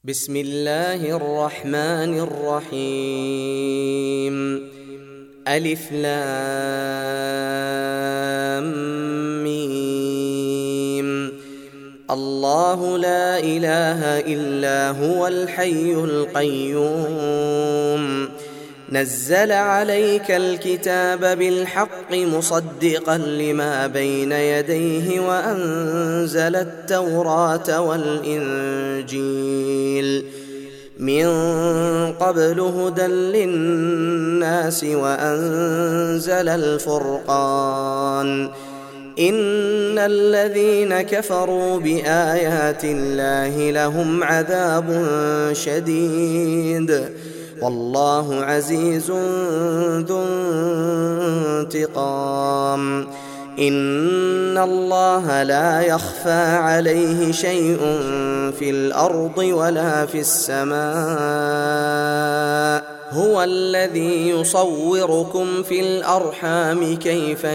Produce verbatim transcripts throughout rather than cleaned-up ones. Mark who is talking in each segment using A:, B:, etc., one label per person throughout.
A: بسم الله الرحمن الرحيم. ألف لام ميم. الله لا إله إلا هو الحي القيوم، نزل عليك الكتاب بالحق مصدقا لما بين يديه وأنزل التوراة والإنجيل من قبل هدى للناس وأنزل الفرقان. إن الذين كفروا بآيات الله لهم عذاب شديد، والله عزيز ذو انتقام. إن الله لا يخفى عليه شيء في الأرض ولا في السماء، هو الذي يصوركم في الأرحام كيف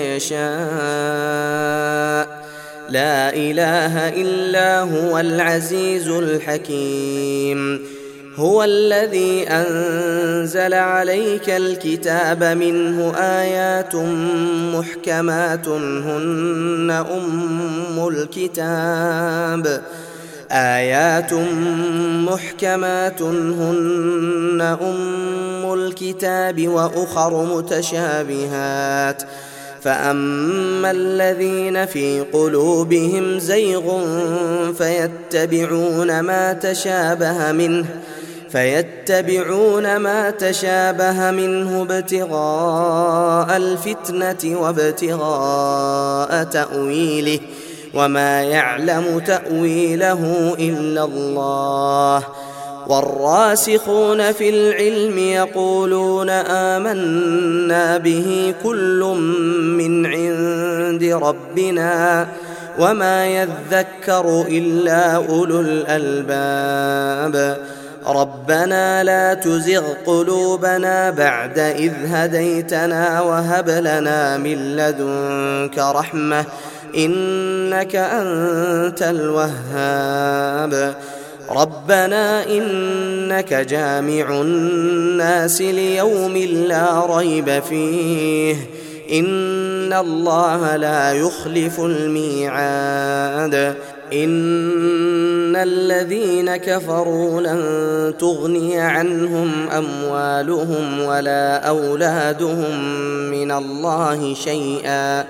A: يشاء، لا إله إلا هو العزيز الحكيم. هو الذي أنزل عليك الكتاب منه آيات محكمات هن أم الكتاب آيات محكمات هن أم الكتاب وأخر متشابهات، فأما الذين في قلوبهم زيغ فيتبعون ما تشابه منه فيتبعون ما تشابه منه ابتغاء الفتنة وابتغاء تأويله، وما يعلم تأويله إلا الله. والراسخون في العلم يقولون آمنا به كل من عند ربنا وما يذكر إلا أولو الألباب. ربنا لا تزغ قلوبنا بعد إذ هديتنا وهب لنا من لدنك رحمة إنك أنت الوهاب. ربنا إنك جامع الناس ليوم لا ريب فيه، إن الله لا يخلف الميعاد. إن الذين كفروا لن تغني عنهم أموالهم ولا أولادهم من الله شيئا،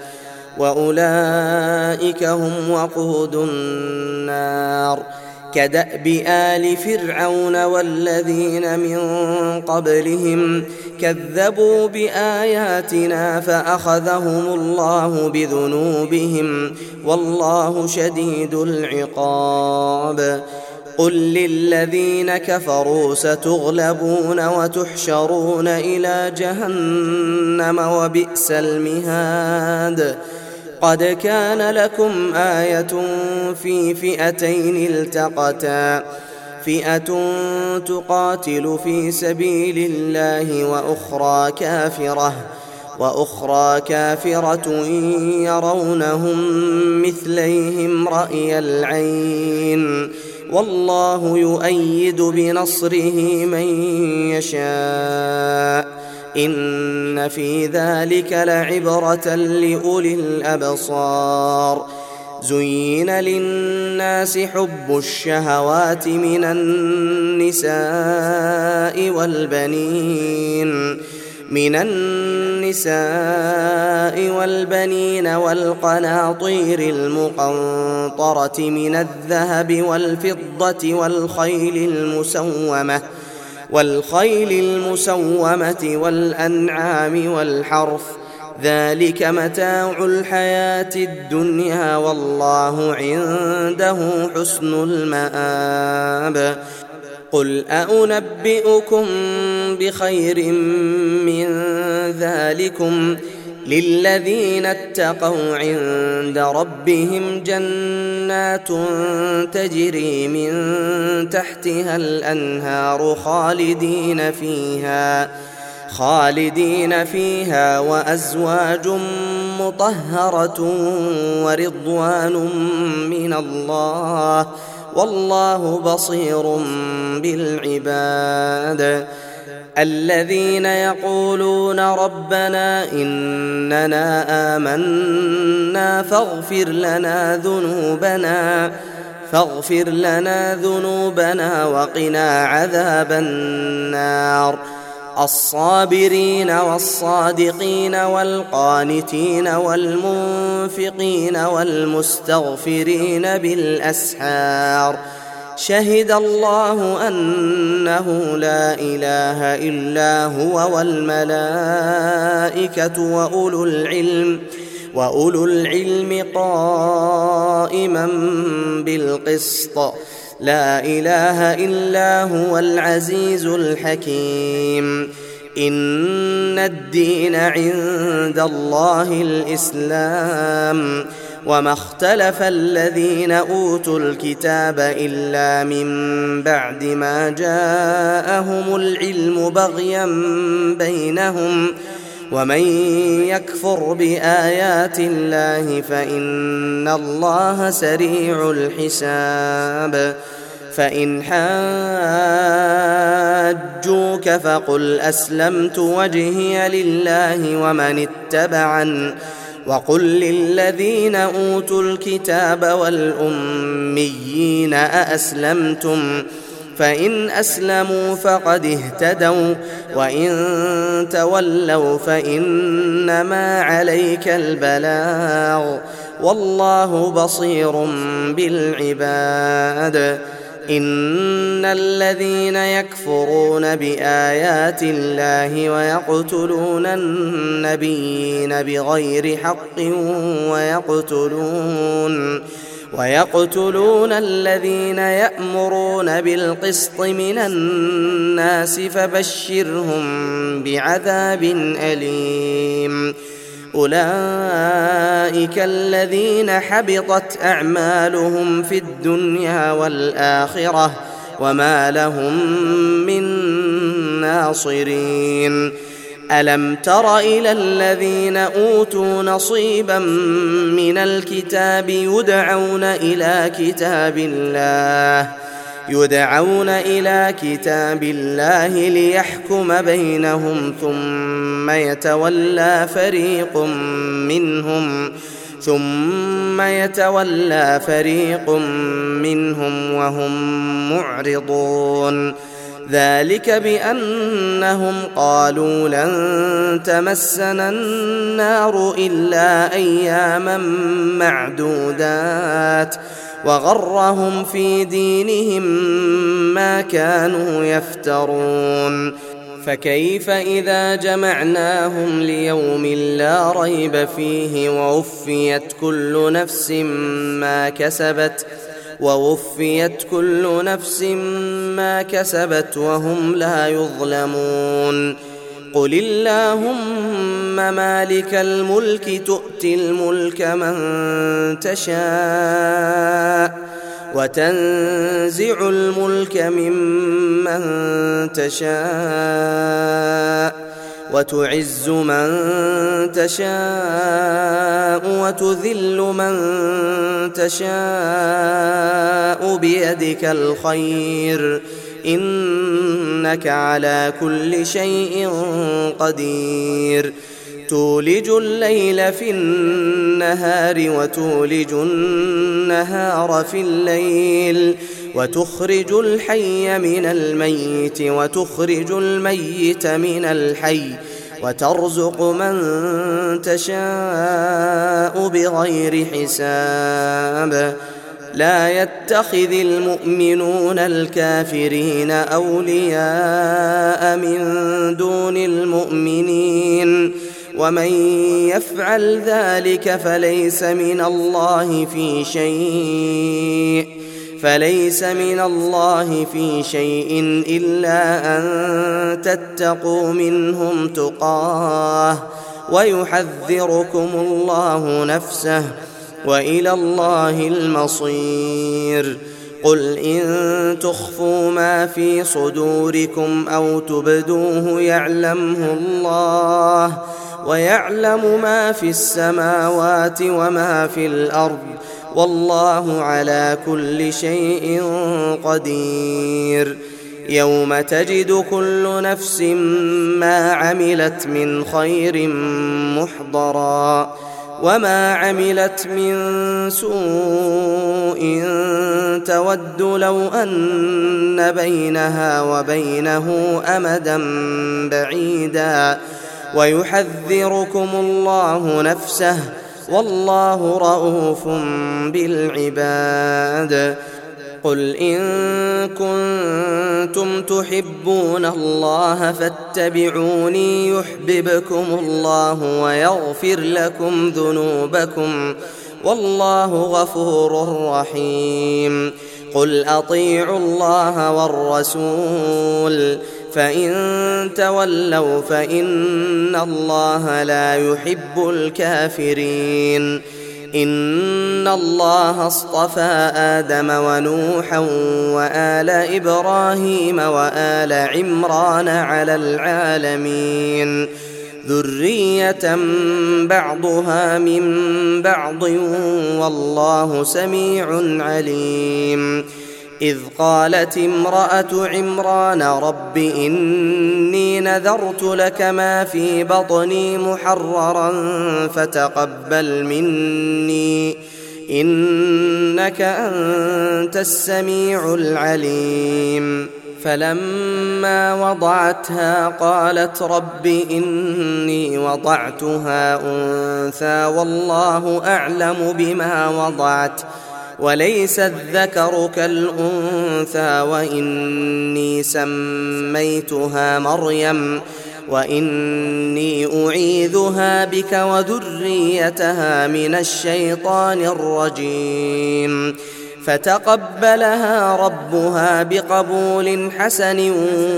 A: وأولئك هم وقود النار. كدأب آل فرعون والذين من قبلهم كذبوا بآياتنا فأخذهم الله بذنوبهم، والله شديد العقاب. قل للذين كفروا ستغلبون وتحشرون إلى جهنم وبئس المهاد. قد كان لكم آية في فئتين التقتا، فئة تقاتل في سبيل الله وأخرى كافرة وأخرى كافرة يرونهم مثليهم رأي العين، والله يؤيد بنصره من يشاء. إن في ذلك لعبرة لأولي الأبصار. زين للناس حب الشهوات من النساء والبنين من النساء والبنين والقناطير المقنطرة من الذهب والفضة والخيل المسومة والخيل المسومة والأنعام والحرث، ذلك متاع الحياة الدنيا، والله عنده حسن المآب. قل أنبئكم بخير من ذلكم للذين اتقوا عند ربهم جنات تجري من تحتها الأنهار خالدين فيها خالدين فيها وأزواج مطهرة ورضوان من الله والله بصير بالعباد. الذين يقولون ربنا إننا آمنا فاغفر لنا ذنوبنا فاغفر لنا ذنوبنا وقنا عذاب النار. الصابرين والصادقين والقانتين والمنفقين والمستغفرين بالأسحار. شهد الله أنه لا إله إلا هو والملائكة وأولو العلم وأولو العلم قائما بالقسط. لا إله إلا هو العزيز الحكيم. إن الدين عند الله الإسلام وما اختلف الذين أوتوا الكتاب إلا من بعد ما جاءهم العلم بغيا بينهم ومن يكفر بآيات الله فإن الله سريع الحساب. فإن حاجوك فقل أسلمت وجهي لله ومن اتبعن وقل للذين أوتوا الكتاب والأميين أأسلمتم فإن أسلموا فقد اهتدوا وإن تولوا فإنما عليك البلاغ والله بصير بالعباد. إن الذين يكفرون بآيات الله ويقتلون النبيين بغير حق ويقتلون ويقتلون الذين يأمرون بالقسط من الناس فبشرهم بعذاب أليم. أولئك الذين حبطت أعمالهم في الدنيا والآخرة وما لهم من ناصرين. ألم تر إلى الذين أوتوا نصيبا من الكتاب يدعون إلى كتاب الله يدعون إلى كتاب الله ليحكم بينهم ثم يتولى فريق منهم ثم يتولى فريق منهم وهم معرضون. ذلك بأنهم قالوا لن تمسنا النار إلا أياما معدودات وغرهم في دينهم ما كانوا يفترون. فكيف إذا جمعناهم ليوم لا ريب فيه ووفيت كل نفس ما كسبت ووفيت كل نفس ما كسبت وهم لا يظلمون. قل اللهم مالك الملك تؤتي الملك من تشاء وتنزع الملك ممن تشاء وتعز من تشاء وتذل من تشاء بيدك الخير إنك على كل شيء قدير. تولج الليل في النهار وتولج النهار في الليل وتخرج الحي من الميت وتخرج الميت من الحي وترزق من تشاء بغير حساب. لا يتخذ المؤمنون الكافرين أولياء من دون المؤمنين ومن يفعل ذلك فليس من الله في شيء فليس من الله في شيء إلا أن تتقوا منهم تقاه ويحذركم الله نفسه وإلى الله المصير. قل إن تخفوا ما في صدوركم أو تبدوه يعلمه الله ويعلم ما في السماوات وما في الأرض والله على كل شيء قدير. يوم تجد كل نفس ما عملت من خير محضرا وما عملت من سوء تود لو أن بينها وبينه أمدا بعيدا ويحذركم الله نفسه والله رءوف بالعباد. قل إن كنتم تحبون الله فاتبعوني يحببكم الله ويغفر لكم ذنوبكم والله غفور رحيم. قل أطيعوا الله والرسول فإن تولوا فإن الله لا يحب الكافرين. إن الله اصطفى آدم ونوحا وآل إبراهيم وآل عمران على العالمين ذرية بعضها من بعض والله سميع عليم. إذ قالت امرأة عمران رب إني نذرت لك ما في بطني محررا فتقبل مني إنك أنت السميع العليم. فلما وضعتها قالت رب إني وضعتها أنثى والله أعلم بما وضعت وليس الذكر كالأنثى وإني سميتها مريم وإني أعيذها بك وذريتها من الشيطان الرجيم. فتقبلها ربها بقبول حسن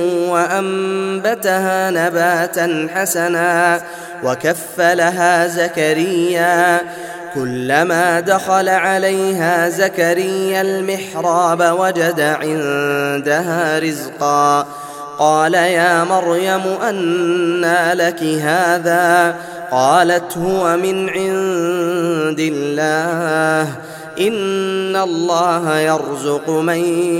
A: وأنبتها نباتا حسنا وكفلها زكريا. كلما دخل عليها زكريا المحراب وجد عندها رزقا قال يا مريم أنى لك هذا قالت هو من عند الله إن الله يرزق من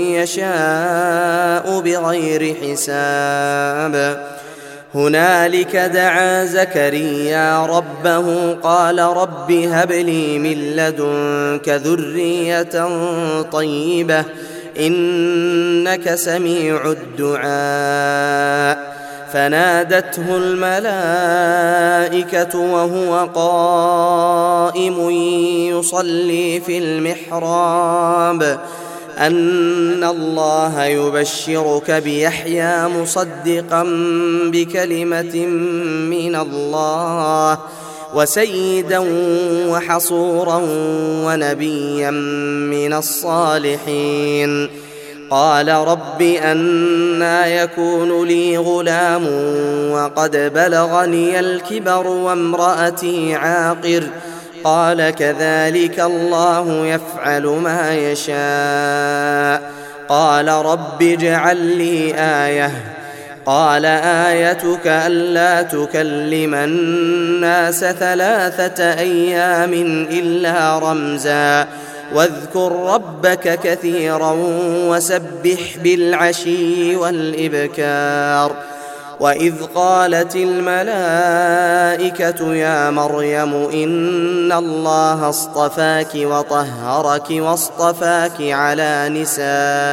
A: يشاء بغير حساب. هنالك دعا زكريا ربه قال رب هب لي من لدنك ذرية طيبة إنك سميع الدعاء. فنادته الملائكة وهو قائم يصلي في المحراب أن الله يبشرك بيحيى مصدقا بكلمة من الله وسيدا وحصورا ونبيا من الصالحين. قال رب أنى يكون لي غلام وقد بلغني الكبر وامرأتي عاقر قال كذلك الله يفعل ما يشاء. قال رب اجعل لي آية قال آيتك ألا تكلم الناس ثلاثة أيام إلا رمزا واذكر ربك كثيرا وسبح بالعشي والإبكار. وإذ قالت الملائكة يا مريم إن الله اصطفاك وطهرك واصطفاك على نساء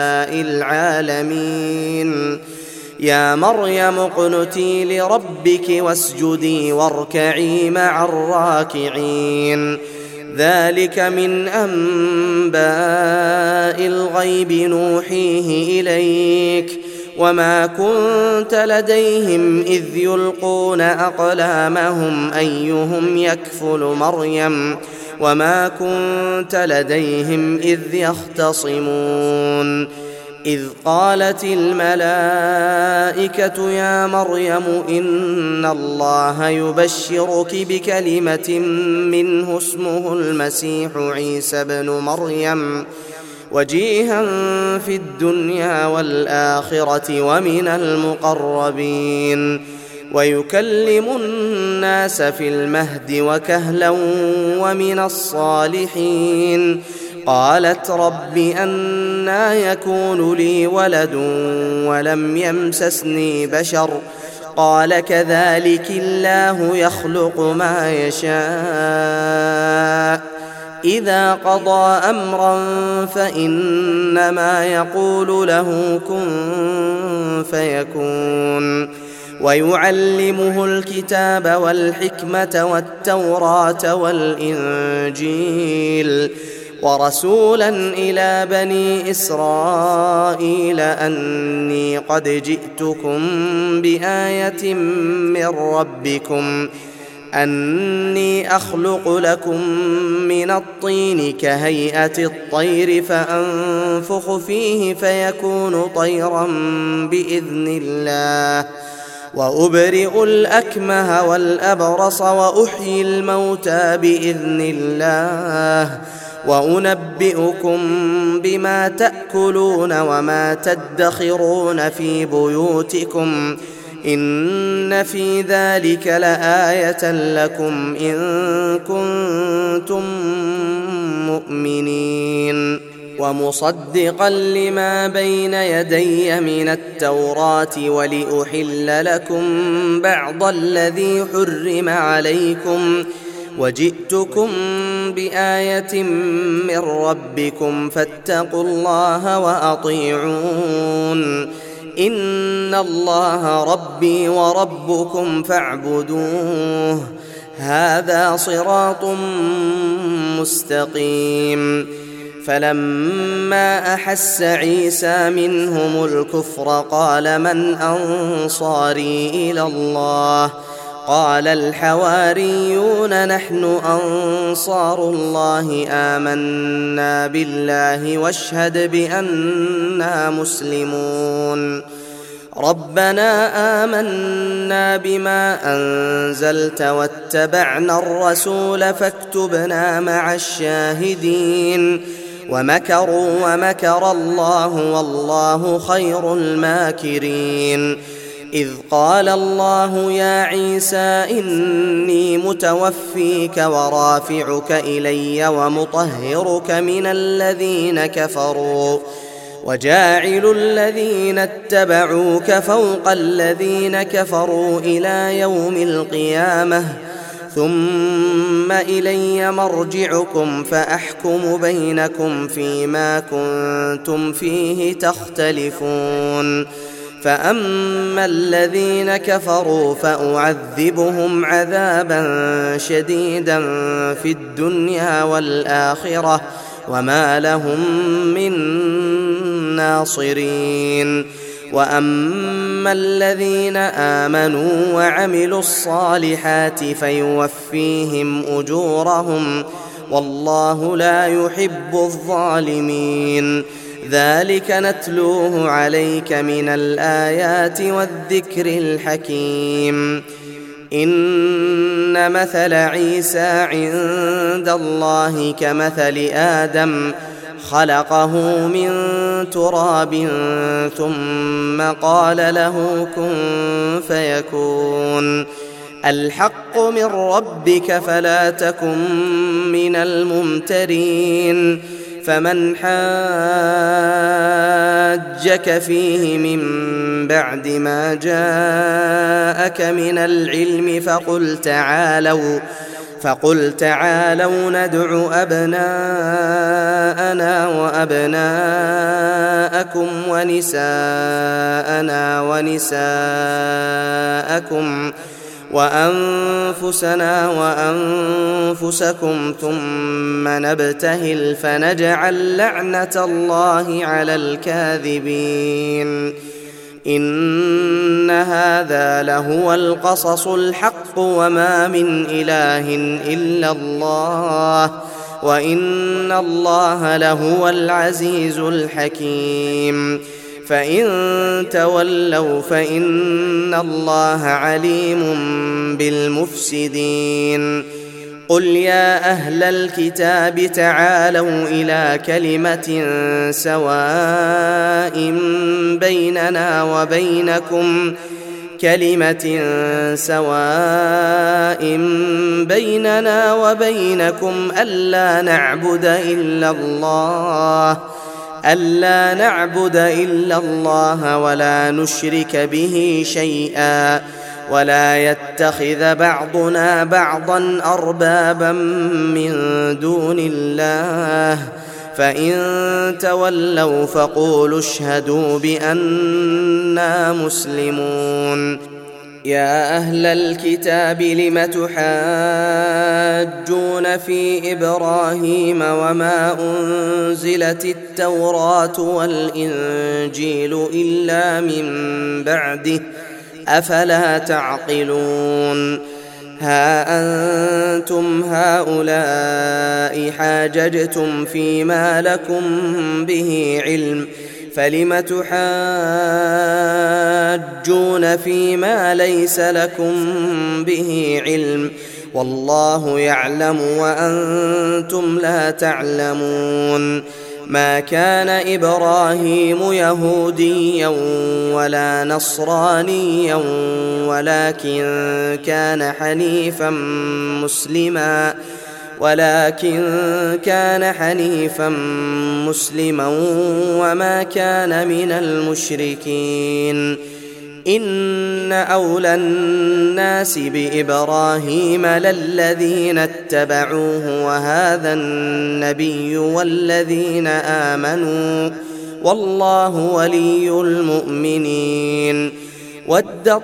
A: العالمين. يا مريم اقنتي لربك واسجدي واركعي مع الراكعين. ذلك من أنباء الغيب نوحيه إليك وما كنت لديهم إذ يلقون أقلامهم أيهم يكفل مريم وما كنت لديهم إذ يختصمون. إذ قالت الملائكة يا مريم إن الله يبشرك بكلمة منه اسمه المسيح عيسى بن مريم وجيها في الدنيا والآخرة ومن المقربين. ويكلم الناس في المهد وكهلا ومن الصالحين. قالت رب أنى يكون لي ولد ولم يمسسني بشر قال كذلك الله يخلق ما يشاء إذا قضى أمرا فإنما يقول له كن فيكون. ويعلمه الكتاب والحكمة والتوراة والإنجيل ورسولا إلى بني إسرائيل أني قد جئتكم بآية من ربكم أني أخلق لكم من الطين كهيئة الطير فأنفخ فيه فيكون طيرا بإذن الله وأبرئ الأكمه والأبرص وأحيي الموتى بإذن الله وأنبئكم بما تأكلون وما تدخرون في بيوتكم إن في ذلك لآية لكم إن كنتم مؤمنين. ومصدقا لما بين يدي من التوراة ولأحل لكم بعض الذي حرم عليكم وجئتكم بآية من ربكم فاتقوا الله وأطيعون إن الله ربي وربكم فاعبدوه هذا صراط مستقيم. فلما أحس عيسى منهم الكفر قال من أنصاري إلى الله قال الحواريون نحن أنصار الله آمنا بالله واشهد بأننا مسلمون. ربنا آمنا بما أنزلت واتبعنا الرسول فاكتبنا مع الشاهدين. ومكروا ومكر الله والله خير الماكرين. إذ قال الله يا عيسى إني متوفيك ورافعك إلي ومطهرك من الذين كفروا وجاعل الذين اتبعوك فوق الذين كفروا إلى يوم القيامة ثم إلي مرجعكم فأحكم بينكم فيما كنتم فيه تختلفون. فأما الذين كفروا فأعذبهم عذابا شديدا في الدنيا والآخرة وما لهم من ناصرين. وأما الذين آمنوا وعملوا الصالحات فيوفيهم أجورهم والله لا يحب الظالمين. ذلك نتلوه عليك من الآيات والذكر الحكيم. إن مثل عيسى عند الله كمثل آدم خلقه من تراب ثم قال له كن فيكون. الحق من ربك فلا تكن من الممترين. فمن حاجك فيه من بعد ما جاءك من العلم فقل تعالوا فقل تعالوا ندع أبناءنا وأبناءكم ونساءنا ونساءكم وأنفسنا وأنفسكم ثم نبتهل فنجعل لعنة الله على الكاذبين. إن هذا لهو القصص الحق وما من إله إلا الله وإن الله لهو العزيز الحكيم. فإن تولوا فإن الله عليم بالمفسدين. قل يا أهل الكتاب تعالوا إلى كلمة سواء بيننا وبينكم كلمة سواء بيننا وبينكم ألا نعبد إلا الله ألا نعبد إلا الله ولا نشرك به شيئا ولا يتخذ بعضنا بعضا أربابا من دون الله فإن تولوا فقولوا اشهدوا بأننا مسلمون. يا أهل الكتاب لم تحاجون في إبراهيم وما أنزلت التوراة والإنجيل إلا من بعده أفلا تعقلون. ها أنتم هؤلاء حاججتم فيما لكم به علم فلم تحاجون فيما ليس لكم به علم والله يعلم وأنتم لا تعلمون. ما كان إبراهيم يهوديا ولا نصرانيا ولكن كان حنيفا مسلما ولكن كان حنيفا مسلما وما كان من المشركين. إن أولى الناس بإبراهيم للذين اتبعوه وهذا النبي والذين آمنوا والله ولي المؤمنين. ودت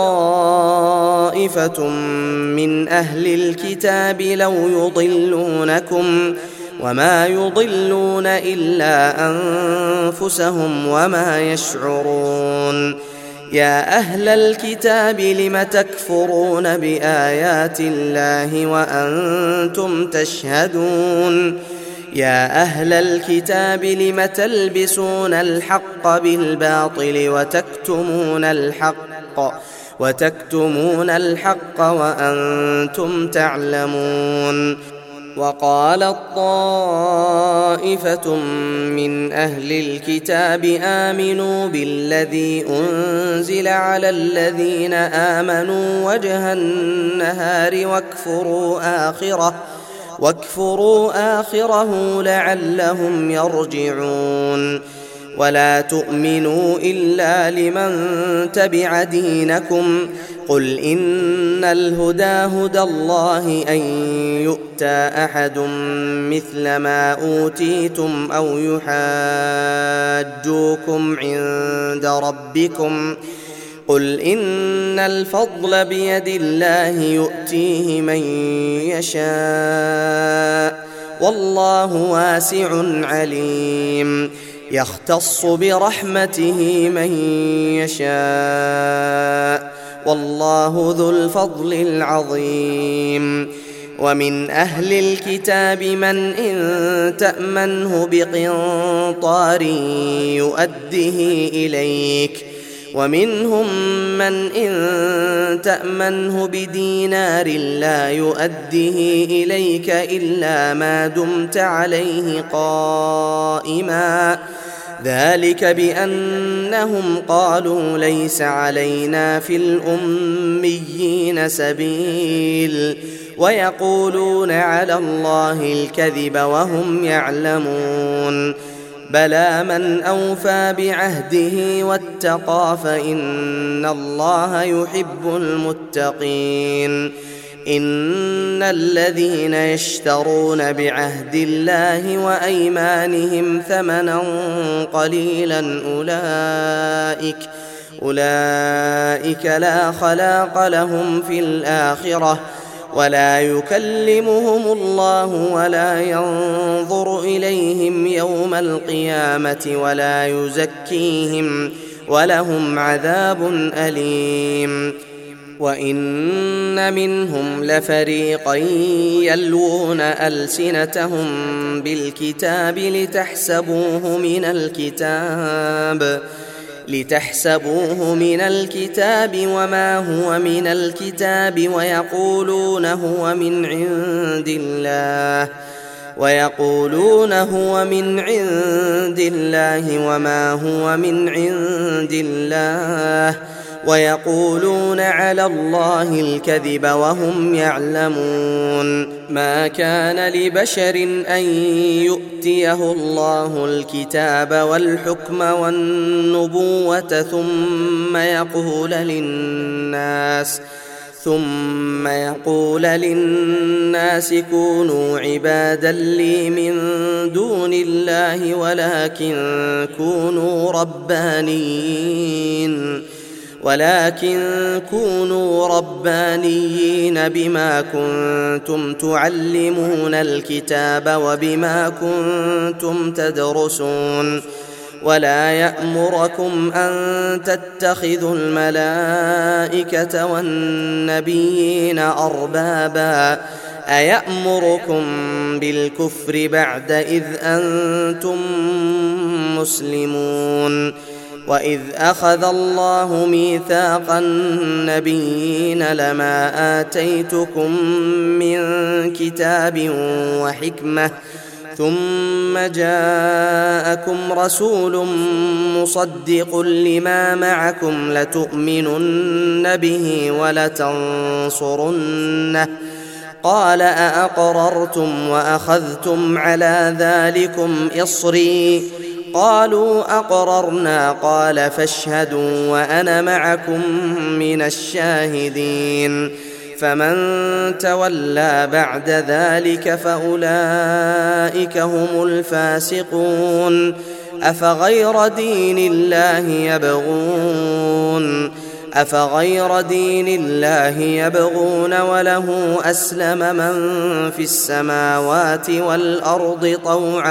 A: طائفة من أهل الكتاب لو يضلونكم وما يضلون إلا أنفسهم وما يشعرون. يا أهل الكتاب لم تكفرون بآيات الله وأنتم تشهدون. يا أهل الكتاب لم تلبسون الحق بالباطل وتكتمون الحق وتكتمون الحق وأنتم تعلمون. وقالت طائفة من أهل الكتاب آمنوا بالذي أنزل على الذين آمنوا وجه النهار واكفروا آخره واكفروا آخره لعلهم يرجعون. ولا تؤمنوا إلا لمن تبع دينكم قل إن الهدى هدى الله أن يؤتى أحد مثل ما أوتيتم أو يحاجوكم عند ربكم قل إن الفضل بيد الله يؤتيه من يشاء والله واسع عليم. يختص برحمته من يشاء والله ذو الفضل العظيم. ومن أهل الكتاب من إن تأمنه بقنطار يؤده إليك ومنهم من إن تأمنه بدينار لا يؤده إليك إلا ما دمت عليه قائما ذلك بأنهم قالوا ليس علينا في الأميين سبيل ويقولون على الله الكذب وهم يعلمون. بلى من أوفى بعهده واتقى فإن الله يحب المتقين. إن الذين يشترون بعهد الله وأيمانهم ثمنا قليلا أولئك أولئك لا خلاق لهم في الآخرة ولا يكلمهم الله ولا ينظر إليهم يوم القيامة ولا يزكيهم ولهم عذاب أليم. وإن منهم لفريقا يلوون ألسنتهم بالكتاب لتحسبوه من الكتاب لتحسبوه من الكتاب وما هو من الكتاب ويقولون هو من عند الله ويقولون هو من عند الله وما هو من عند الله ويقولون على الله الكذب وهم يعلمون. ما كان لبشر أن يؤتيه الله الكتاب والحكم والنبوة ثم يقول للناس ثم يقول للناس كونوا عبادا لي من دون الله ولكن كونوا ربانيين ولكن كونوا ربانيين بما كنتم تعلمون الكتاب وبما كنتم تدرسون ولا يأمركم أن تتخذوا الملائكة والنبيين أربابا أيأمركم بالكفر بعد إذ أنتم مسلمون. وإذ أخذ الله ميثاق النبيين لما آتيتكم من كتاب وحكمة ثم جاءكم رسول مصدق لما معكم لتؤمنن به ولتنصرنه قال أأقررتم وأخذتم على ذلكم إصري قالوا أقررنا قال فاشهدوا وأنا معكم من الشاهدين. فمن تولى بعد ذلك فأولئك هم الفاسقون. أفغير دين الله يبغون أفغير دين الله يبغون وله أسلم من في السماوات والأرض طوعا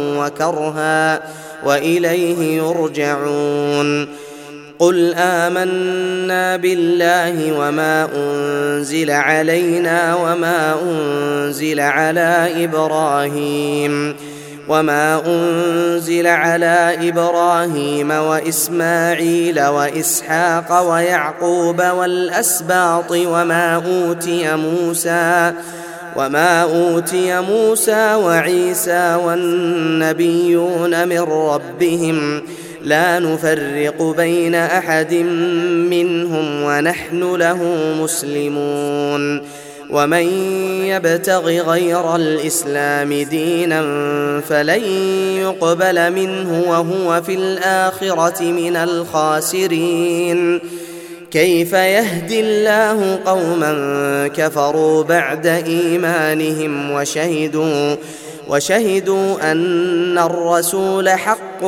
A: وكرها وإليه يرجعون. قل آمنا بالله وما أنزل علينا وما أنزل على إبراهيم وما أنزل على إبراهيم وإسماعيل وإسحاق ويعقوب والأسباط وما أوتي موسى وما أوتي موسى وعيسى والنبيون من ربهم لا نفرق بين أحد منهم ونحن له مسلمون. ومن يبتغ غير الإسلام دينا فلن يقبل منه وهو في الآخرة من الخاسرين. كيف يهدي الله قوما كفروا بعد إيمانهم وشهدوا وشهدوا أن الرسول حق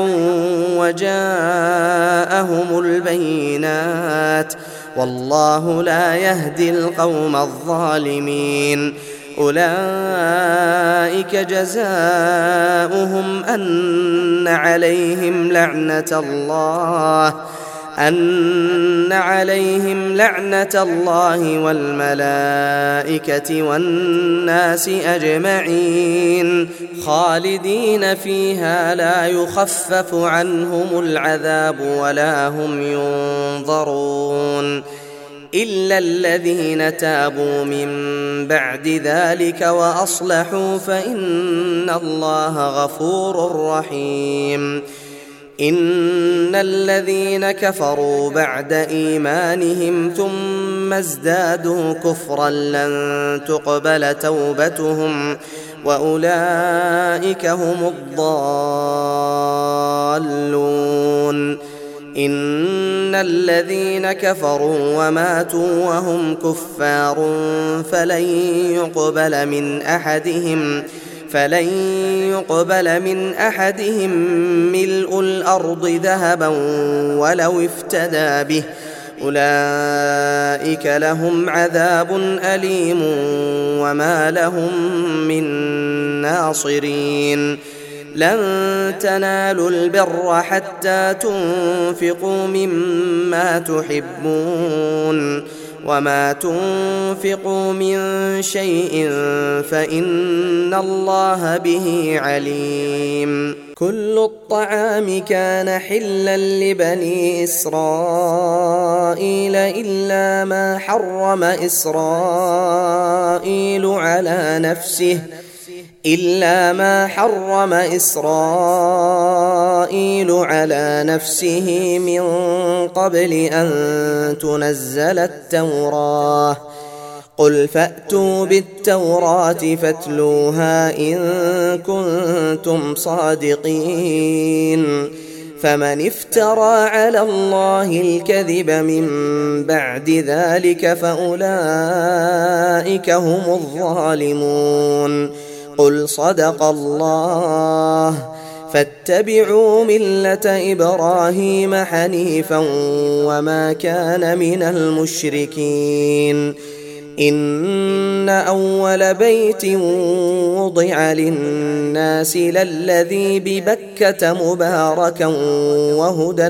A: وجاءهم البينات والله لا يهدي القوم الظالمين. أولئك جزاؤهم أن عليهم لعنة الله أن عليهم لعنة الله والملائكة والناس أجمعين خالدين فيها لا يخفف عنهم العذاب ولا هم ينظرون إلا الذين تابوا من بعد ذلك وأصلحوا فإن الله غفور رحيم. إن الذين كفروا بعد إيمانهم ثم ازدادوا كفرا لن تقبل توبتهم وأولئك هم الضالون. إن الذين كفروا وماتوا وهم كفار فلن يقبل من أحدهم فلن يقبل من أحدهم ملء الأرض ذهبا ولو افتدى به أولئك لهم عذاب أليم وما لهم من ناصرين. لن تنالوا البر حتى تنفقوا مما تحبون وما تنفقوا من شيء فإن الله به عليم. كل الطعام كان حلا لبني إسرائيل إلا ما حرم إسرائيل على نفسه إلا ما حرم إسرائيل على نفسه من قبل أن تنزل التوراة. قل فأتوا بالتوراة فاتلوها إن كنتم صادقين. فمن افترى على الله الكذب من بعد ذلك فأولئك هم الظالمون. قل صدق الله. فاتبعوا ملة إبراهيم حنيفا وما كان من المشركين. إن أول بيت وضع للناس للذي ببكة مباركا وهدى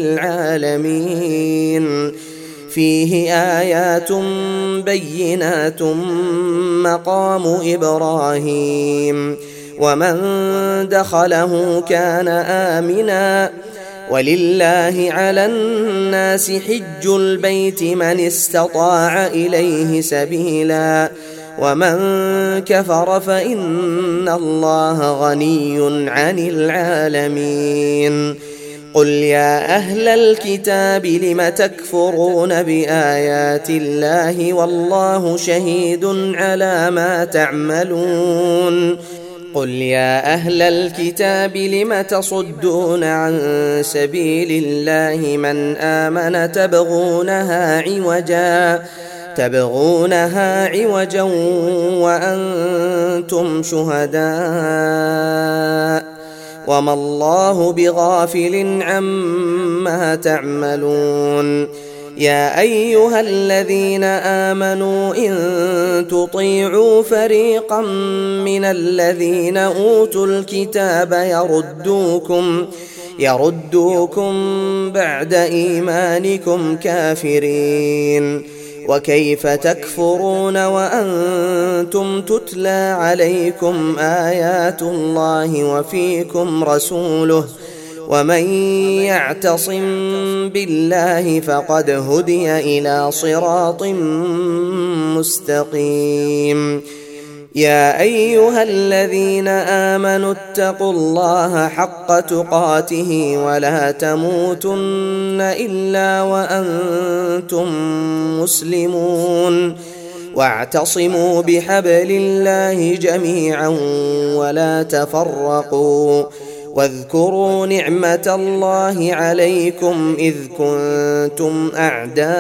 A: للعالمين. فيه آيات بينات مقام إبراهيم ومن دخله كان آمنا. ولله على الناس حج البيت من استطاع إليه سبيلا ومن كفر فإن الله غني عن العالمين. قل يا أهل الكتاب لم تكفرون بآيات الله والله شهيد على ما تعملون. قل يا أهل الكتاب لم تصدون عن سبيل الله من آمن تبغونها عوجا تبغونها عوجا وأنتم شهداء وما الله بغافل عما تعملون. يا أيها الذين آمنوا إن تطيعوا فريقا من الذين أوتوا الكتاب يردوكم يردوكم بعد إيمانكم كافرين. وكيف تكفرون وأنتم تتلى عليكم آيات الله وفيكم رسوله ومن يعتصم بالله فقد هدي إلى صراط مستقيم. يا أيها الذين آمنوا اتقوا الله حق تقاته ولا تموتن إلا وأنتم مسلمون. واعتصموا بحبل الله جميعا ولا تفرقوا. واذكروا نعمة الله عليكم إذ كنتم أعداء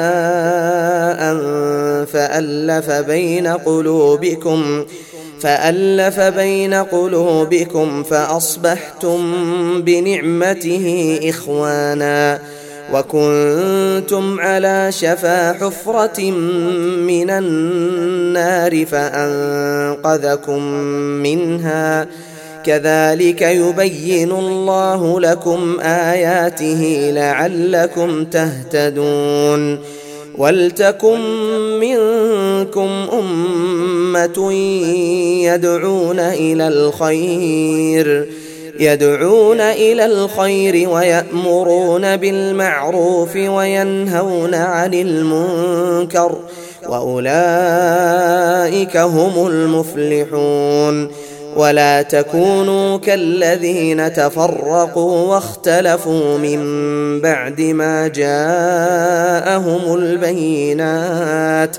A: فألف بين قلوبكم فألف بين قلوبكم فأصبحتم بنعمته إخوانا وكنتم على شفا حفرة من النار فأنقذكم منها. كذلك يبين الله لكم آياته لعلكم تهتدون. ولتكن منكم أمة يدعون إلى الخير يدعون إلى الخير ويأمرون بالمعروف وينهون عن المنكر وأولئك هم المفلحون. ولا تكونوا كالذين تفرقوا واختلفوا من بعد ما جاءهم البينات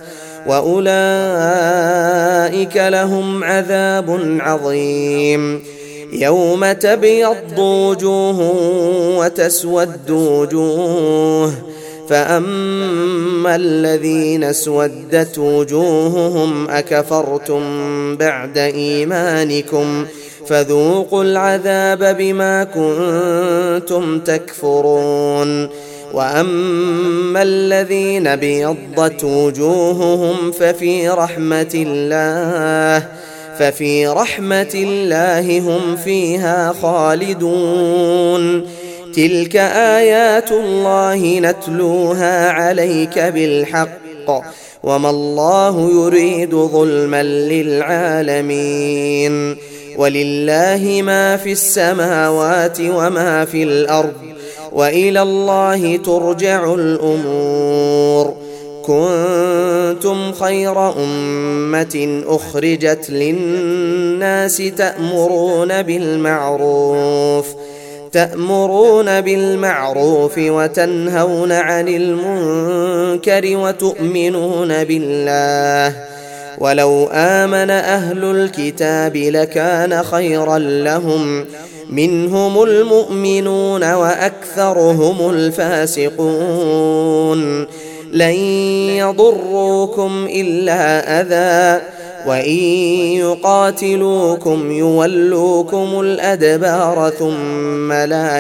A: وأولئك لهم عذاب عظيم. يوم تبيض وجوه وتسود وجوه فأما الذين اسودت وجوههم أكفرتم بعد إيمانكم فذوقوا العذاب بما كنتم تكفرون. وأما الذين ابيضت وجوههم ففي رحمة الله ففي رحمة الله هم فيها خالدون. تلك آيات الله نتلوها عليك بالحق وما الله يريد ظلما للعالمين. ولله ما في السماوات وما في الأرض وإلى الله ترجع الأمور. كنتم خير أمة أخرجت للناس تأمرون بالمعروف تأمرون بالمعروف وتنهون عن المنكر وتؤمنون بالله ولو آمن أهل الكتاب لكان خيرا لهم منهم المؤمنون وأكثرهم الفاسقون لن يضروكم إلا أذى وإن يقاتلوكم يولوكم الأدبار ثم لا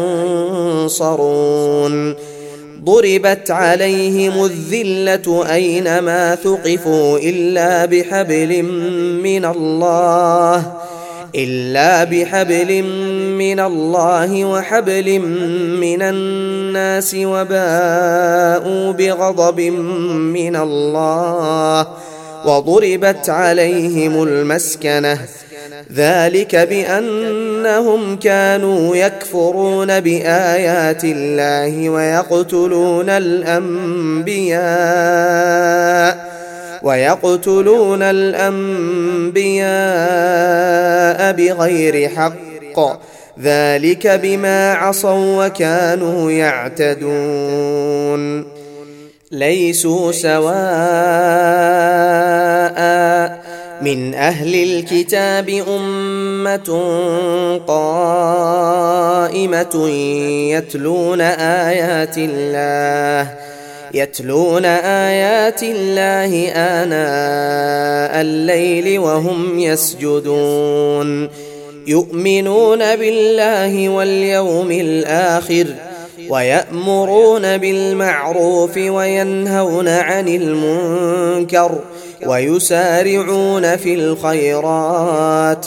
A: ينصرون ضربت عليهم الذلة أينما ثقفوا إلا بحبل من الله إلا بحبل من الله وحبل من الناس وباءوا بغضب من الله وضربت عليهم المسكنة ذلك بأنهم كانوا يكفرون بآيات الله ويقتلون الأنبياء ويقتلون الأنبياء بغير حق ذلك بما عصوا وكانوا يعتدون ليسوا سواء من أهل الكتاب أمة قائمة يتلون آيات الله يتلون آيات الله آناء الليل وهم يسجدون يؤمنون بالله واليوم الآخر ويأمرون بالمعروف وينهون عن المنكر ويسارعون في الخيرات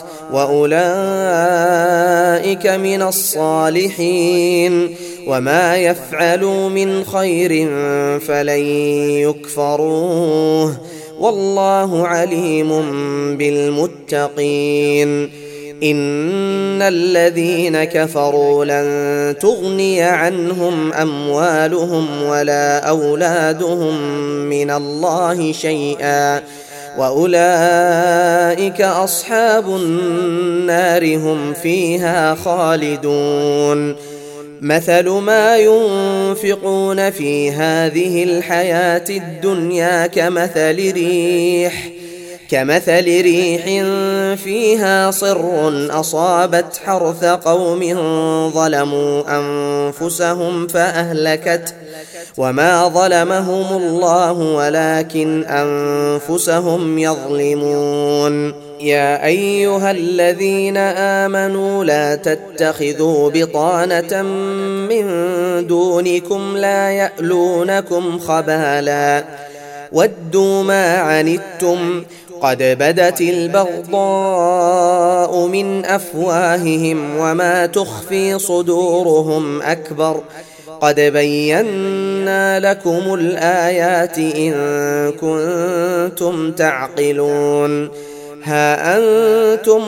A: وأولئك من الصالحين وما يفعلوا من خير فلن يكفروه والله عليم بالمتقين إن الذين كفروا لن تغني عنهم أموالهم ولا أولادهم من الله شيئا وأولئك أصحاب النار هم فيها خالدون مثل ما ينفقون في هذه الحياة الدنيا كمثل ريح كمثل ريح فيها صر أصابت حرث قوم ظلموا أنفسهم فأهلكت وما ظلمهم الله ولكن أنفسهم يظلمون يا أيها الذين آمنوا لا تتخذوا بطانة من دونكم لا يألونكم خبالا ودوا ما عنتم قد بدت البغضاء من أفواههم وما تخفي صدورهم أكبر قد بينا لكم الآيات إن كنتم تعقلون ها أنتم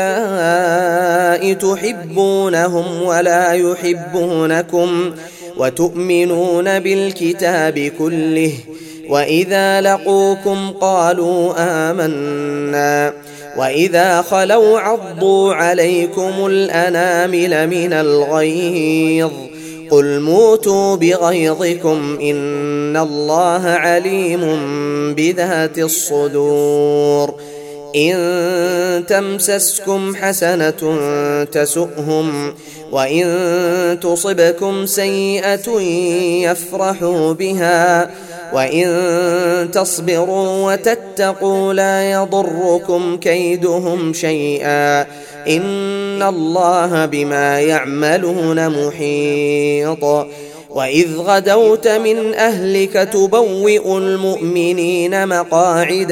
A: أولئك تحبونهم ولا يحبونكم وتؤمنون بالكتاب كله وإذا لقوكم قالوا آمنا وإذا خلوا عضوا عليكم الأنامل من الغيظ قل موتوا بغيظكم إن الله عليم بذات الصدور إن تمسسكم حسنة تسؤهم وإن تصبكم سيئة يفرحوا بها وإن تصبروا وتتقوا لا يضركم كيدهم شيئا إن الله بما يعملون محيط وإذ غدوت من أهلك تبوئ المؤمنين مقاعد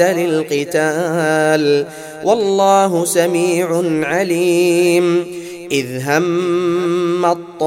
A: للقتال والله سميع عليم إذ هم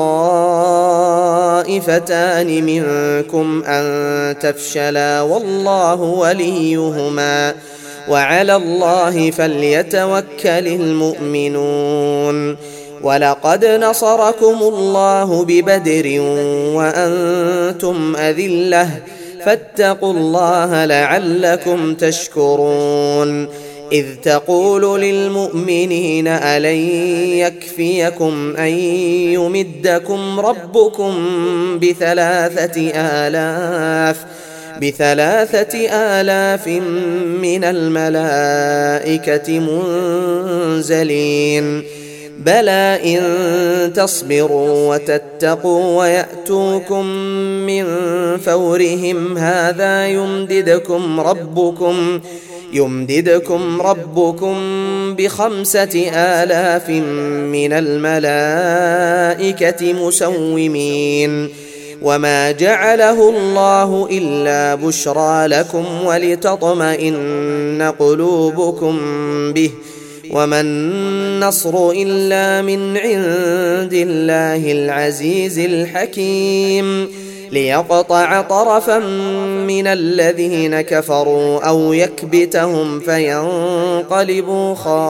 A: الطائفتان منكم أن تفشلا والله وليهما وعلى الله فليتوكل المؤمنون ولقد نصركم الله ببدر وأنتم أذلة فاتقوا الله لعلكم تشكرون إذ تقول للمؤمنين ألن يكفيكم أن يمدكم ربكم بثلاثة آلاف بثلاثة آلاف من الملائكة منزلين بلى إن تصبروا وتتقوا ويأتوكم من فورهم هذا يمددكم ربكم يمددكم ربكم بخمسة آلاف من الملائكة مسومين وما جعله الله إلا بشرى لكم ولتطمئن قلوبكم به وما النصر إلا من عند الله العزيز الحكيم ليقطع طرفا من الذين كفروا أو يكبتهم فينقلبوا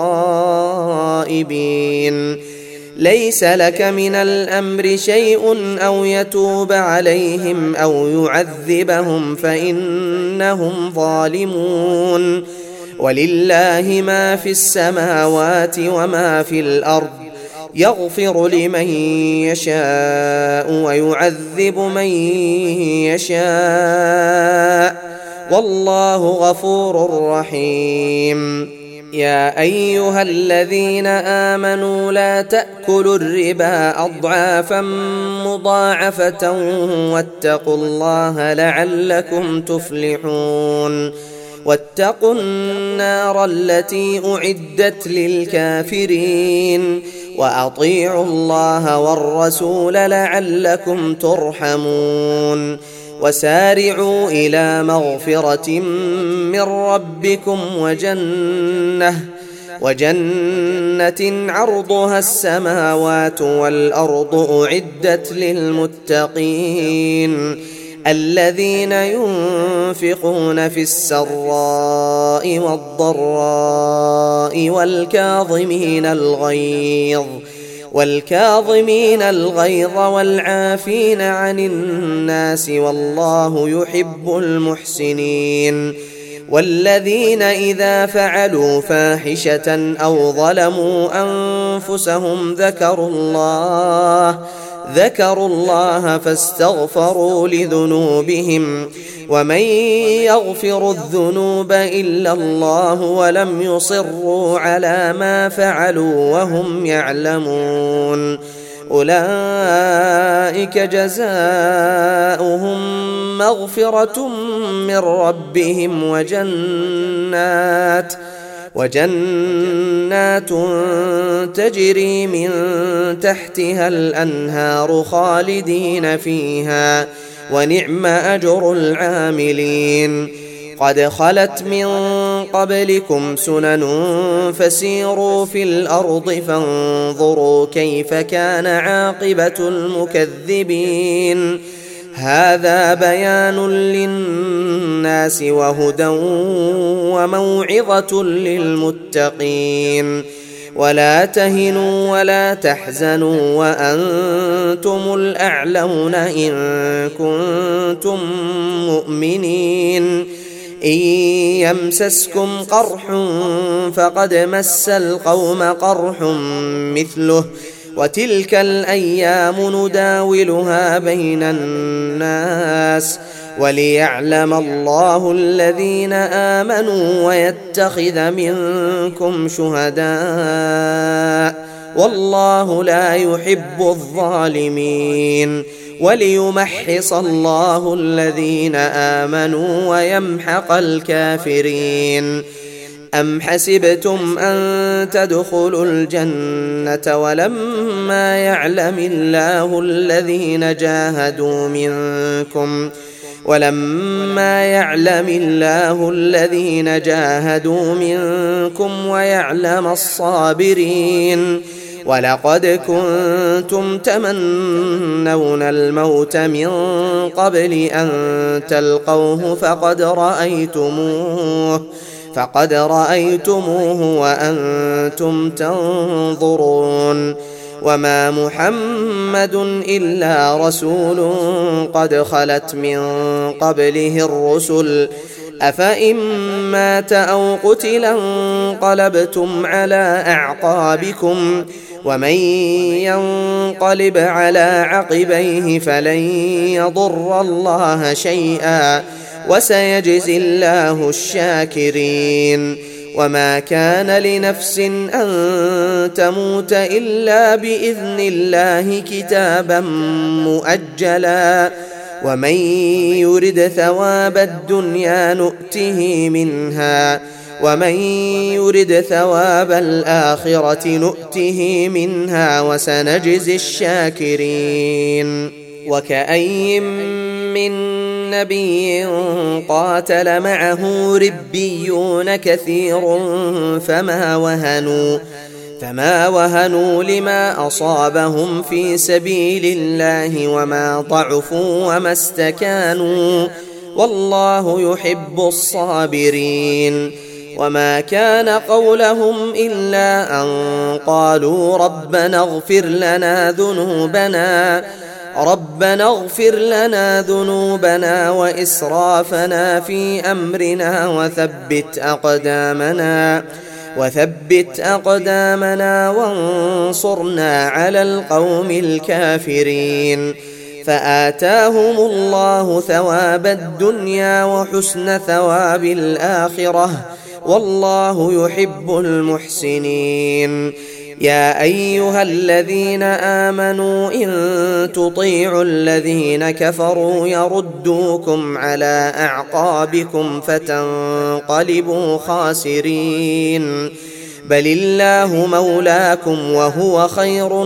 A: خائبين ليس لك من الأمر شيء أو يتوب عليهم أو يعذبهم فإنهم ظالمون ولله ما في السماوات وما في الأرض يغفر لمن يشاء ويعذب من يشاء والله غفور رحيم يا أيها الذين آمنوا لا تأكلوا الربا أضعافا مضاعفة واتقوا الله لعلكم تفلحون واتقوا النار التي أعدت للكافرين وأطيعوا الله والرسول لعلكم ترحمون وسارعوا إلى مغفرة من ربكم وجنة وجنة عرضها السماوات والأرض أعدت للمتقين الذين ينفقون في السراء والضراء والكاظمين الغيظ والكاظمين الغيظ والعافين عن الناس والله يحب المحسنين والذين إذا فعلوا فاحشة أو ظلموا أنفسهم ذكروا الله ذكروا الله فاستغفروا لذنوبهم ومن يغفر الذنوب إلا الله ولم يصروا على ما فعلوا وهم يعلمون أولئك جزاؤهم مغفرة من ربهم وجنات وجنات تجري من تحتها الأنهار خالدين فيها ونعم أجر العاملين قد خلت من قبلكم سنن فسيروا في الأرض فانظروا كيف كان عاقبة المكذبين هذا بيان للناس وهدى وموعظة للمتقين ولا تهنوا ولا تحزنوا وأنتم الأعلون إن كنتم مؤمنين إن يمسسكم قرح فقد مس القوم قرح مثله وتلك الأيام نداولها بين الناس وليعلم الله الذين آمنوا ويتخذ منكم شهداء والله لا يحب الظالمين وليمحص الله الذين آمنوا ويمحق الكافرين أم حسبتم أن تدخلوا الجنة ولما يعلم الله الذين جاهدوا منكم ولما يعلم الله الذين جاهدوا منكم ويعلم الصابرين ولقد كنتم تمنون الموت من قبل أن تلقوه فقد رأيتموه فقد رأيتموه وأنتم تنظرون وما محمد إلا رسول قد خلت من قبله الرسل أفإن مات أو قتل انقلبتم على أعقابكم ومن ينقلب على عقبيه فلن يضر الله شيئا وسيجزي الله الشاكرين وما كان لنفس أن تموت إلا بإذن الله كتابا مؤجلا ومن يرد ثواب الدنيا نؤته منها ومن يرد ثواب الآخرة نؤته منها وسنجزي الشاكرين وكأي من نبي قاتل معه ربيون كثير فما وهنوا فما وهنوا لما أصابهم في سبيل الله وما ضعفوا وما استكانوا والله يحب الصابرين وما كان قولهم إلا أن قالوا ربنا اغفر لنا ذنوبنا ربنا اغفر لنا ذنوبنا وإسرافنا في أمرنا وثبت أقدامنا وثبت أقدامنا وانصرنا على القوم الكافرين فآتاهم الله ثواب الدنيا وحسن ثواب الآخرة والله يحب المحسنين يا أيها الذين آمنوا إن تطيعوا الذين كفروا يردوكم على أعقابكم فتنقلبوا خاسرين بل الله مولاكم وهو خير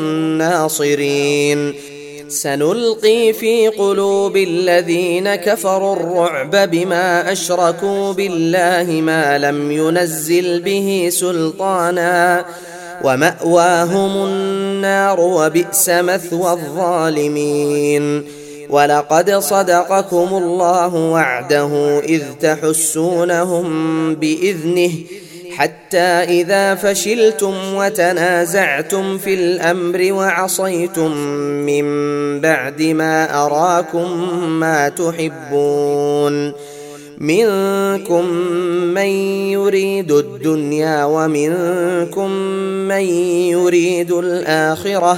A: الناصرين سنلقي في قلوب الذين كفروا الرعب بما أشركوا بالله ما لم ينزل به سلطانا ومأواهم النار وبئس مثوى الظالمين ولقد صدقكم الله وعده إذ تحسونهم بإذنه حتى إذا فشلتم وتنازعتم في الأمر وعصيتم من بعد ما أراكم ما تحبون منكم من يريد الدنيا ومنكم من يريد الآخرة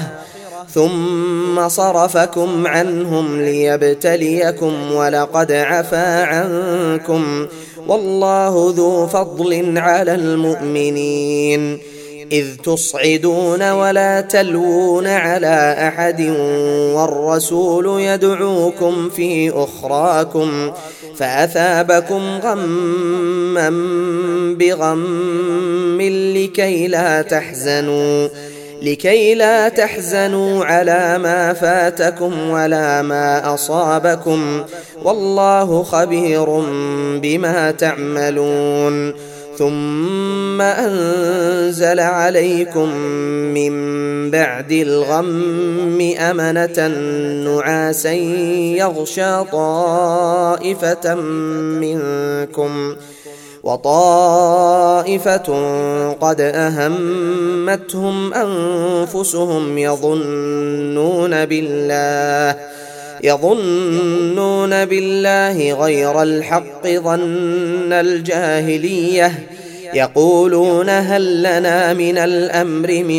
A: ثم صرفكم عنهم ليبتليكم ولقد عفا عنكم والله ذو فضل على المؤمنين إذ تصعدون ولا تلوون على أحد والرسول يدعوكم في أخراكم فأثابكم غما بغم لكي لا تحزنوا لكي لا تحزنوا على ما فاتكم ولا ما أصابكم والله خبير بما تعملون ثم أنزل عليكم من بعد الغم أمنة نعاسا يغشى طائفة منكم وطائفة قد أهمتهم أنفسهم يظنون بالله يظنون بالله غير الحق ظن الجاهلية يقولون هل لنا من الأمر من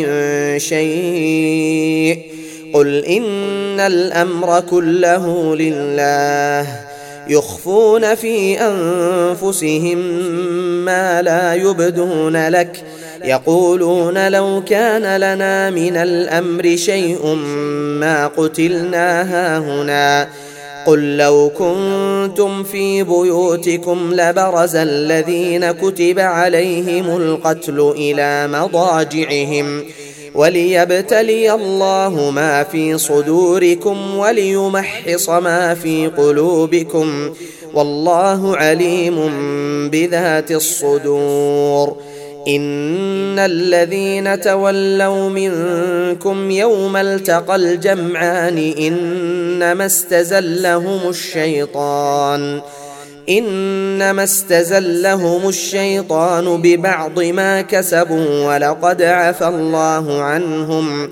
A: شيء قل إن الأمر كله لله يخفون في أنفسهم ما لا يبدون لك يقولون لو كان لنا من الأمر شيء ما قتلنا هاهنا قل لو كنتم في بيوتكم لبرز الذين كتب عليهم القتل إلى مضاجعهم وليبتلي الله ما في صدوركم وليمحص ما في قلوبكم والله عليم بذات الصدور إن الذين تولوا منكم يوم التقى الجمعان إنما استزلهم الشيطان إنما استزلهم الشيطان ببعض ما كسبوا ولقد عفى الله عنهم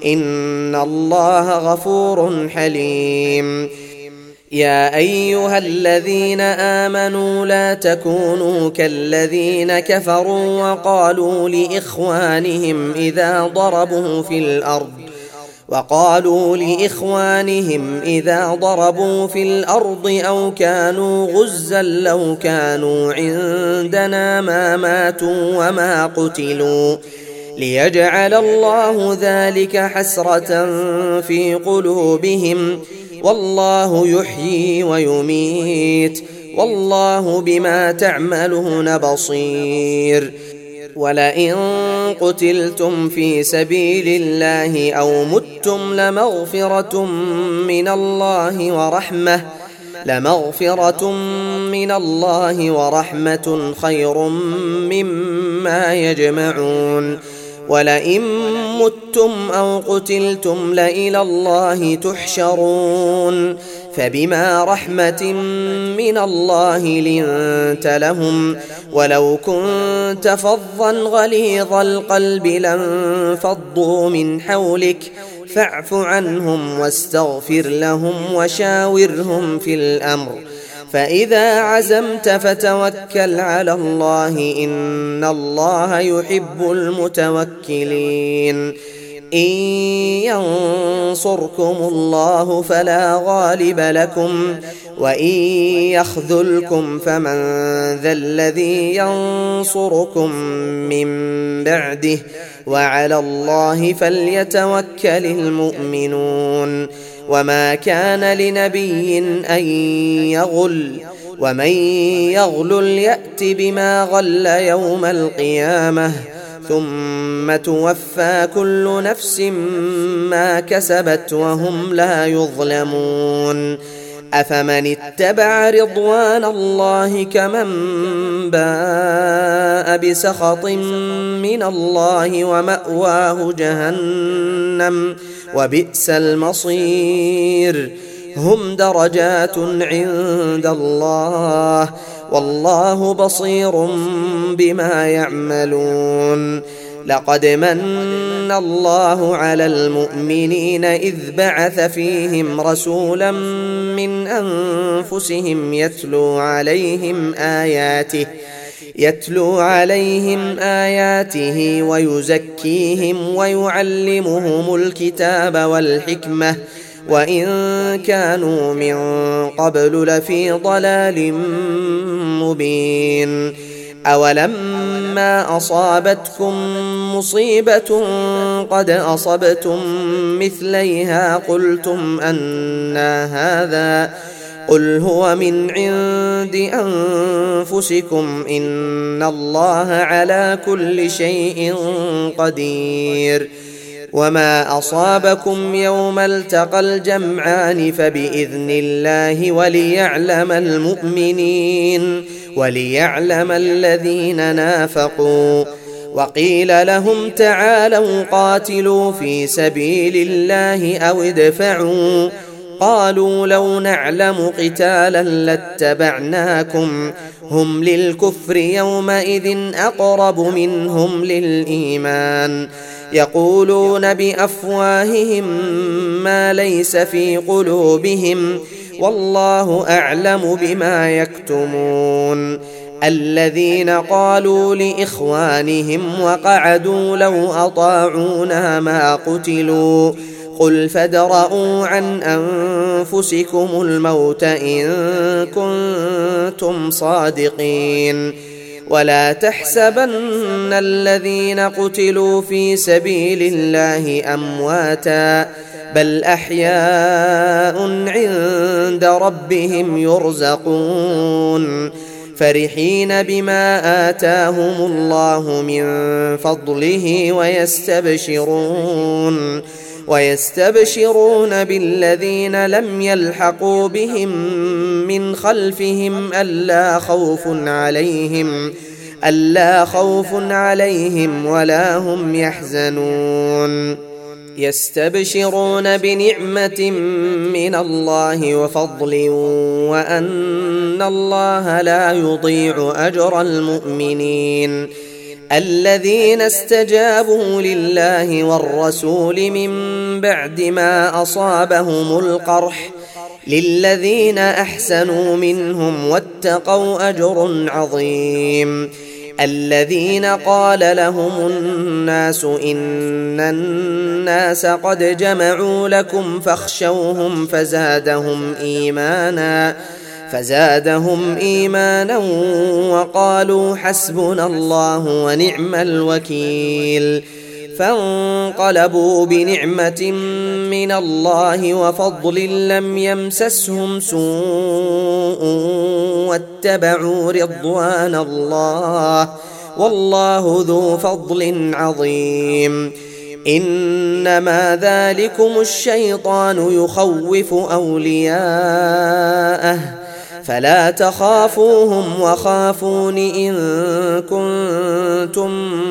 A: إن الله غفور حليم. يا أيها الذين آمنوا لا تكونوا كالذين كفروا وقالوا لإخوانهم إذا ضربوا في الأرض وقالوا لإخوانهم إذا ضربوا في الأرض أو كانوا غزا لو كانوا عندنا ما ماتوا وما قتلوا ليجعل الله ذلك حسرة في قلوبهم والله يحيي ويميت والله بما تعملون بصير. ولئن قتلتم في سبيل الله أو متم لمغفرة من الله ورحمة لمغفرة من الله ورحمة خير مما يجمعون. ولئن متم أو قتلتم لإلى الله تحشرون فبما رحمة من الله لنت لهم ولو كنت فظا غليظ القلب لانفضوا من حولك فاعف عنهم واستغفر لهم وشاورهم في الأمر فإذا عزمت فتوكل على الله إن الله يحب المتوكلين. إن ينصركم الله فلا غالب لكم وإن يخذلكم فمن ذا الذي ينصركم من بعده وعلى الله فليتوكل المؤمنون. وما كان لنبي أن يغل ومن يغلل يأت بما غل يوم القيامة ثم توفى كل نفس ما كسبت وهم لا يظلمون. أفمن اتبع رضوان الله كمن باء بسخط من الله ومأواه جهنم وبئس المصير. هم درجات عند الله والله بصير بما يعملون. لقد من الله على المؤمنين إذ بعث فيهم رسولا من أنفسهم يتلو عليهم آياته يتلو عليهم آياته ويزكيهم ويعلمهم الكتاب والحكمة وإن كانوا من قبل لفي ضلال مبين. أولما أصابتكم مصيبة قد أصبتم مثليها قلتم أنى هذا قل هو من عند أنفسكم إن الله على كل شيء قدير. وما أصابكم يوم التقى الجمعان فبإذن الله وليعلم المؤمنين وليعلم الذين نافقوا. وقيل لهم تعالوا قاتلوا في سبيل الله أو ادفعوا قالوا لو نعلم قتالا لاتبعناكم هم للكفر يومئذ أقرب منهم للإيمان يقولون بأفواههم ما ليس في قلوبهم والله أعلم بما يكتمون. الذين قالوا لإخوانهم وقعدوا لو أطاعونا ما قتلوا قل فادرءوا عن أنفسكم الموت إن كنتم صادقين. ولا تحسبن الذين قتلوا في سبيل الله أمواتا بل أحياء عند ربهم يرزقون فرحين بما آتاهم الله من فضله ويستبشرون ويستبشرون بالذين لم يلحقوا بهم من خلفهم ألا خوف عليهم ألا خوف عليهم ولا هم يحزنون. يستبشرون بنعمة من الله وفضل وأن الله لا يضيع أجر المؤمنين. الذين استجابوا لله والرسول من بعد ما أصابهم القرح للذين أحسنوا منهم واتقوا أجر عظيم. الذين قال لهم الناس إن الناس قد جمعوا لكم فاخشوهم فزادهم إيمانا فزادهم إيمانا وقالوا حسبنا الله ونعم الوكيل. فانقلبوا بنعمة من الله وفضل لم يمسسهم سوء واتبعوا رضوان الله والله ذو فضل عظيم. إنما ذلكم الشيطان يخوف أولياءه فلا تخافوهم وخافون إن كنتم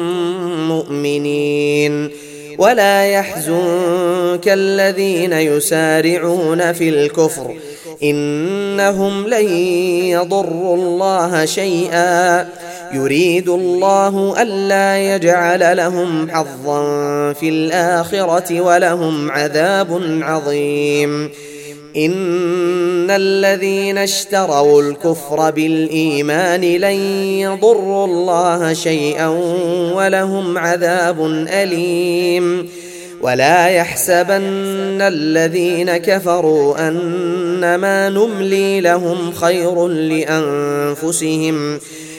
A: مؤمنين. ولا يحزنك الذين يسارعون في الكفر إنهم لن يضروا الله شيئا يريد الله ألا يجعل لهم حظا في الآخرة ولهم عذاب عظيم. إن الذين اشتروا الكفر بالإيمان لن يضروا الله شيئا ولهم عذاب أليم. ولا يحسبن الذين كفروا أنما نملي لهم خير لأنفسهم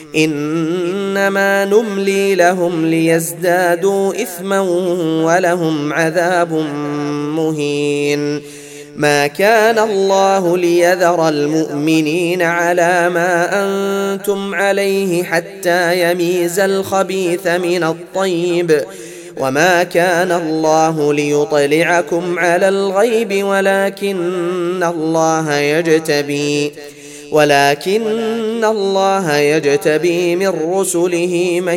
A: إنما نملي لهم ليزدادوا إثما ولهم عذاب مهين. ما كان الله ليذر المؤمنين على ما أنتم عليه حتى يميز الخبيث من الطيب وما كان الله ليطلعكم على الغيب ولكن الله يجتبي ولكن الله يجتبي من رسله من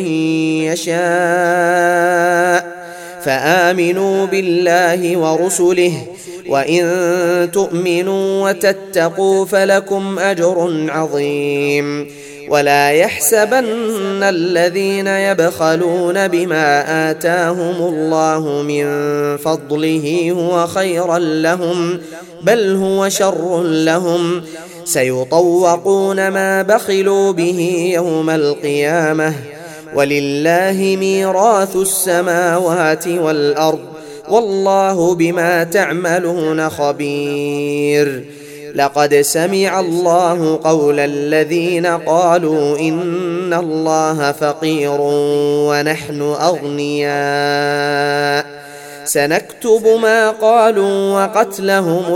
A: يشاء فآمنوا بالله ورسله وإن تؤمنوا وتتقوا فلكم أجر عظيم. ولا يحسبن الذين يبخلون بما آتاهم الله من فضله هو خيرا لهم بل هو شر لهم سيطوقون ما بخلوا به يوم القيامة ولله ميراث السماوات والأرض والله بما تعملون خبير. لقد سمع الله قول الذين قالوا إن الله فقير ونحن أغنياء سنكتب ما قالوا وقتلهم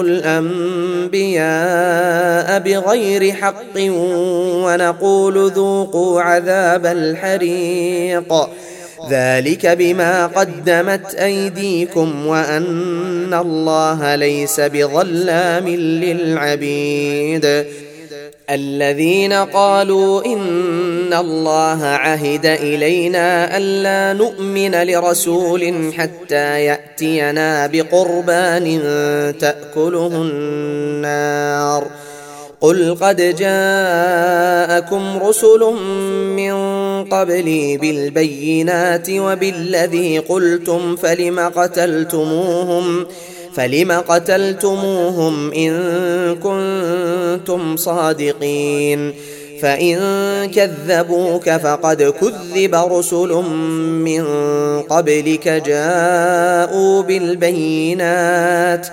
A: الأنبياء بغير حق ونقول ذوقوا عذاب الحريق ذلك بما قدمت أيديكم وأن الله ليس بظلام للعبيد. الذين قالوا إن الله عهد إلينا ألا نؤمن لرسول حتى يأتينا بقربان تأكله النار قل قد جاءكم رسل من قبلي بالبينات وبالذي قلتم فلم قتلتموهم فلم قتلتموهم إن كنتم صادقين فإن كذبوك فقد كذب رسل من قبلك جاءوا بالبينات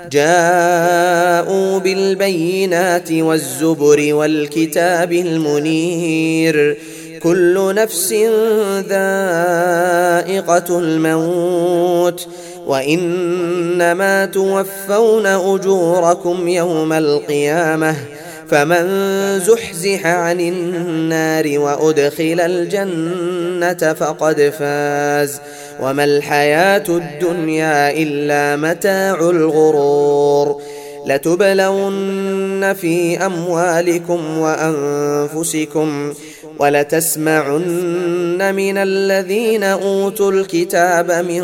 A: جاءوا بالبينات والزبر والكتاب المنير كل نفس ذائقة الموت وإنما توفون أجوركم يوم القيامة فمن زحزح عن النار وأدخل الجنة فقد فاز وما الحياة الدنيا إلا متاع الغرور. لتبلون في أموالكم وأنفسكم ولتسمعن من الذين أوتوا الكتاب من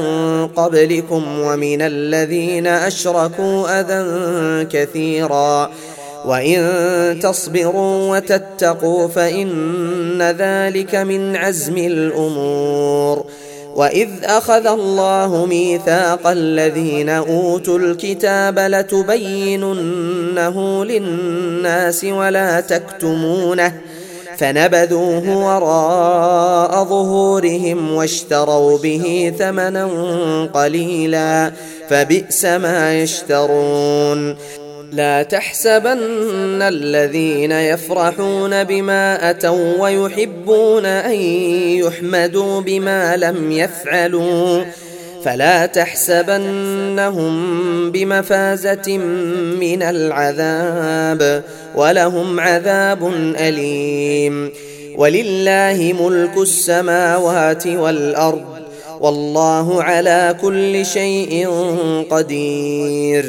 A: قبلكم ومن الذين أشركوا أذى كثيرا وإن تصبروا وتتقوا فإن ذلك من عزم الأمور. وإذ أخذ الله ميثاق الذين أوتوا الكتاب لتبيننه للناس ولا تكتمونه فنبذوه وراء ظهورهم واشتروا به ثمنا قليلا فبئس ما يشترون. لا تحسبن الذين يفرحون بما أتوا ويحبون أن يحمدوا بما لم يفعلوا فلا تحسبنهم بمفازة من العذاب ولهم عذاب أليم. ولله ملك السماوات والأرض والله على كل شيء قدير.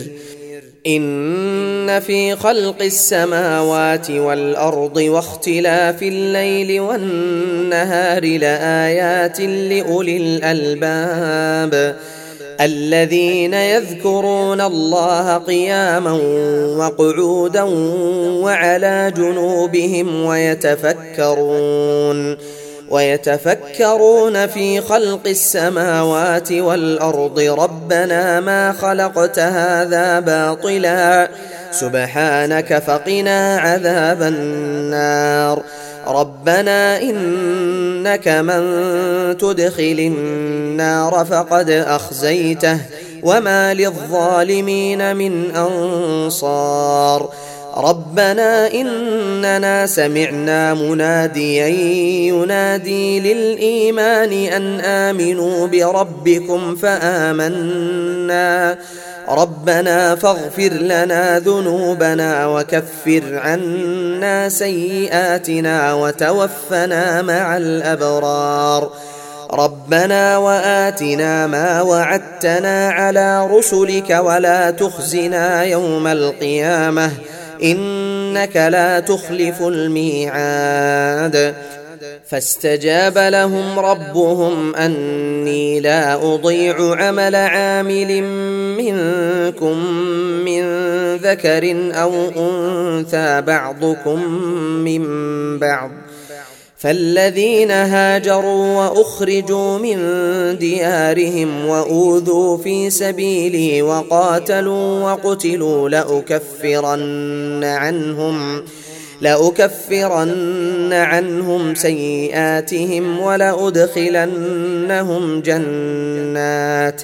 A: إن في خلق السماوات والأرض واختلاف الليل والنهار لآيات لأولي الألباب الذين يذكرون الله قياما وقعودا وعلى جنوبهم ويتفكرون ويتفكرون في خلق السماوات والأرض ربنا ما خلقت هذا باطلا سبحانك فقنا عذاب النار. ربنا إنك من تدخل النار فقد أخزيته وما للظالمين من أنصار. ربنا إننا سمعنا مناديا ينادي للإيمان أن آمنوا بربكم فآمنا ربنا فاغفر لنا ذنوبنا وكفر عنا سيئاتنا وتوفنا مع الأبرار. ربنا وآتنا ما وعدتنا على رسلك ولا تخزنا يوم القيامة إنك لا تخلف الميعاد. فاستجاب لهم ربهم أني لا أضيع عمل عامل منكم من ذكر أو أنثى بعضكم من بعض فالذين هاجروا وأخرجوا من ديارهم وأوذوا في سبيلي وقاتلوا وقتلوا لأكفرن عنهم لأكفرن عنهم سيئاتهم ولأدخلنهم جنات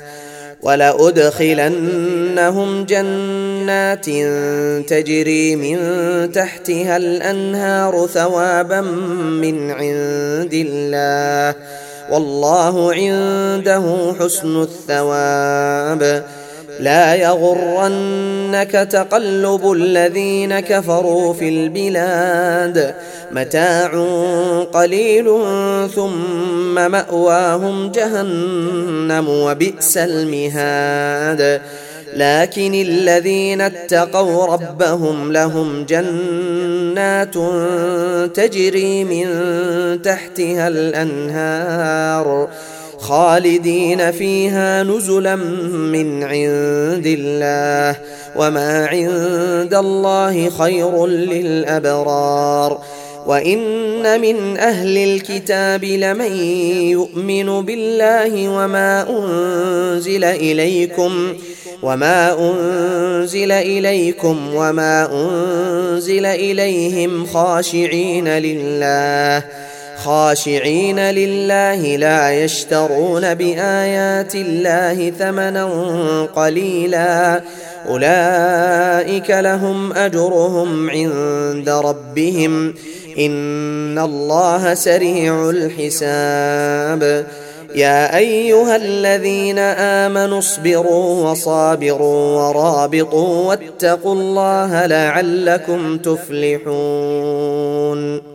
A: ولأدخلنهم جنات تجري من تحتها الأنهار ثوابا من عند الله والله عنده حسن الثواب. لا يغرنك تقلب الذين كفروا في البلاد متاع قليل ثم مأواهم جهنم وبئس المهاد. لكن الذين اتقوا ربهم لهم جنات تجري من تحتها الأنهار خالدين فيها نزلا من عند الله وما عند الله خير للأبرار. وإن من أهل الكتاب لمن يؤمن بالله وما أنزل إليكم وما أنزل إليكم وما أنزل إليهم خاشعين لله خاشعين لله لا يشترون بآيات الله ثمنا قليلا أولئك لهم أجرهم عند ربهم إن الله سريع الحساب. يا أيها الذين آمنوا اصبروا وصابروا ورابطوا واتقوا الله لعلكم تفلحون.